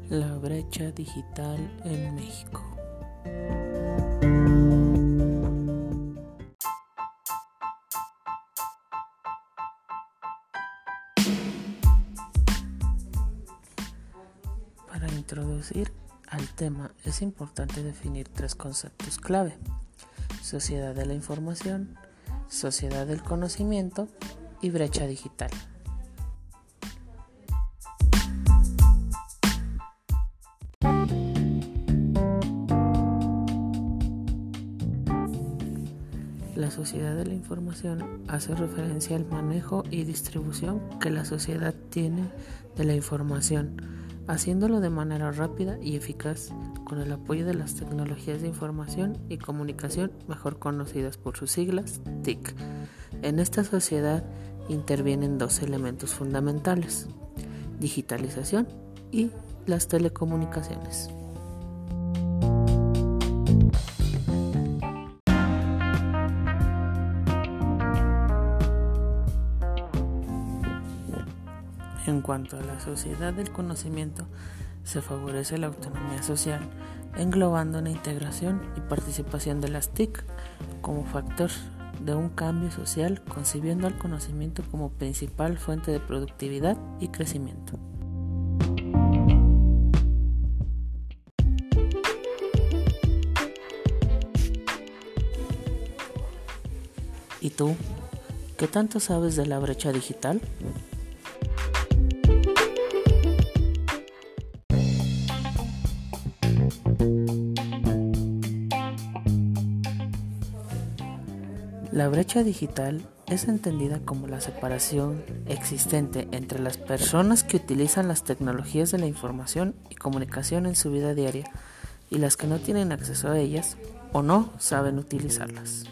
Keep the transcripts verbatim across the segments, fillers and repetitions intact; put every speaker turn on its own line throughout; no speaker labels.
La brecha digital en México. Para introducir al tema es importante definir tres conceptos clave: sociedad de la información, sociedad del conocimiento y brecha digital. La sociedad de la información hace referencia al manejo y distribución que la sociedad tiene de la información, haciéndolo de manera rápida y eficaz con el apoyo de las tecnologías de información y comunicación, mejor conocidas por sus siglas T I C. En esta sociedad intervienen dos elementos fundamentales: digitalización y las telecomunicaciones. En cuanto a la sociedad del conocimiento, se favorece la autonomía social, englobando una integración y participación de las T I C como factor de un cambio social, concibiendo al conocimiento como principal fuente de productividad y crecimiento. ¿Y tú? ¿Qué tanto sabes de la brecha digital? La brecha digital es entendida como la separación existente entre las personas que utilizan las tecnologías de la información y comunicación en su vida diaria y las que no tienen acceso a ellas o no saben utilizarlas.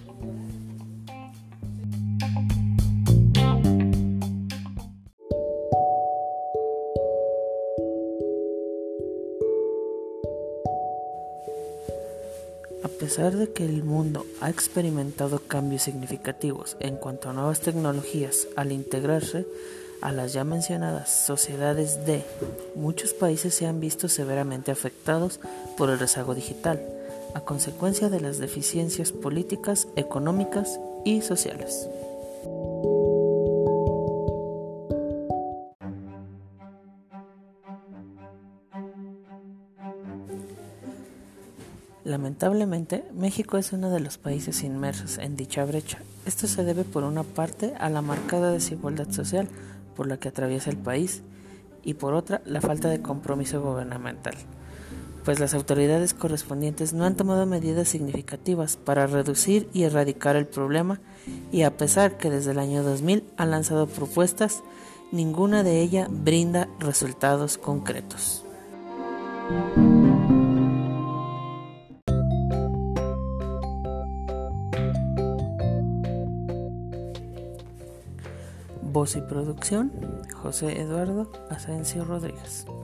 A pesar de que el mundo ha experimentado cambios significativos en cuanto a nuevas tecnologías al integrarse a las ya mencionadas sociedades de, muchos países se han visto severamente afectados por el rezago digital, a consecuencia de las deficiencias políticas, económicas y sociales. Lamentablemente, México es uno de los países inmersos en dicha brecha. Esto se debe por una parte a la marcada desigualdad social por la que atraviesa el país y por otra la falta de compromiso gubernamental, pues las autoridades correspondientes no han tomado medidas significativas para reducir y erradicar el problema, y a pesar que desde el año dos mil han lanzado propuestas, ninguna de ellas brinda resultados concretos. Voz y producción: José Eduardo Asensio Rodríguez.